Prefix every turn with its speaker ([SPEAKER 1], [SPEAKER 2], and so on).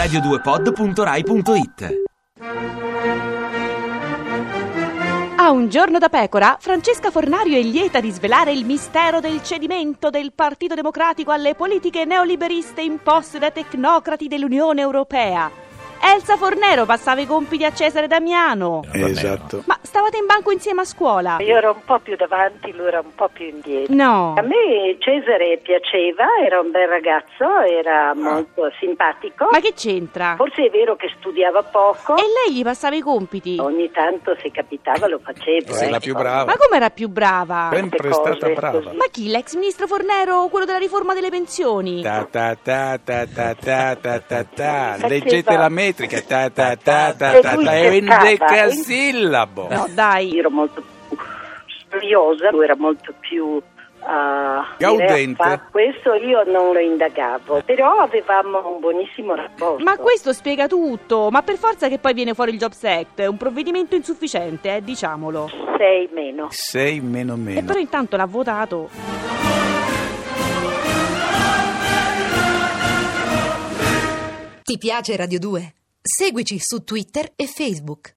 [SPEAKER 1] radio2pod.rai.it.
[SPEAKER 2] A un giorno da pecora, Francesca Fornario è lieta di svelare il mistero del cedimento del Partito Democratico alle politiche neoliberiste imposte dai tecnocrati dell'Unione Europea. Elsa Fornero passava i compiti a Cesare Damiano.
[SPEAKER 3] Esatto.
[SPEAKER 2] Ma stavate in banco insieme a scuola?
[SPEAKER 4] Io ero un po' più davanti, lui era un po' più indietro.
[SPEAKER 2] No.
[SPEAKER 4] A me Cesare piaceva, era un bel ragazzo, era molto simpatico.
[SPEAKER 2] Ma che c'entra?
[SPEAKER 4] Forse è vero che studiava poco.
[SPEAKER 2] E lei gli passava i compiti?
[SPEAKER 4] Ogni tanto se capitava lo facevo.
[SPEAKER 3] Sei la più brava.
[SPEAKER 2] Ma come era più brava?
[SPEAKER 3] Sempre è stata brava.
[SPEAKER 4] così.
[SPEAKER 2] Ma chi, l'ex ministro Fornero, quello della riforma delle pensioni?
[SPEAKER 3] Ta ta ta ta ta ta ta ta ta. Leggete la metrica. Ta ta ta ta ta ta. È un decasillabo.
[SPEAKER 2] No, dai.
[SPEAKER 4] Io ero molto più studiosa, lui era molto più
[SPEAKER 3] gaudente.
[SPEAKER 4] Questo io non lo indagavo, però avevamo un buonissimo rapporto.
[SPEAKER 2] Ma questo spiega tutto. Ma per forza che poi viene fuori il Jobs Act. È un provvedimento insufficiente, diciamolo.
[SPEAKER 4] 6 meno.
[SPEAKER 3] 6 meno
[SPEAKER 2] E
[SPEAKER 3] meno.
[SPEAKER 2] però intanto l'ha votato.
[SPEAKER 5] Ti piace Radio 2? Seguici su Twitter e Facebook.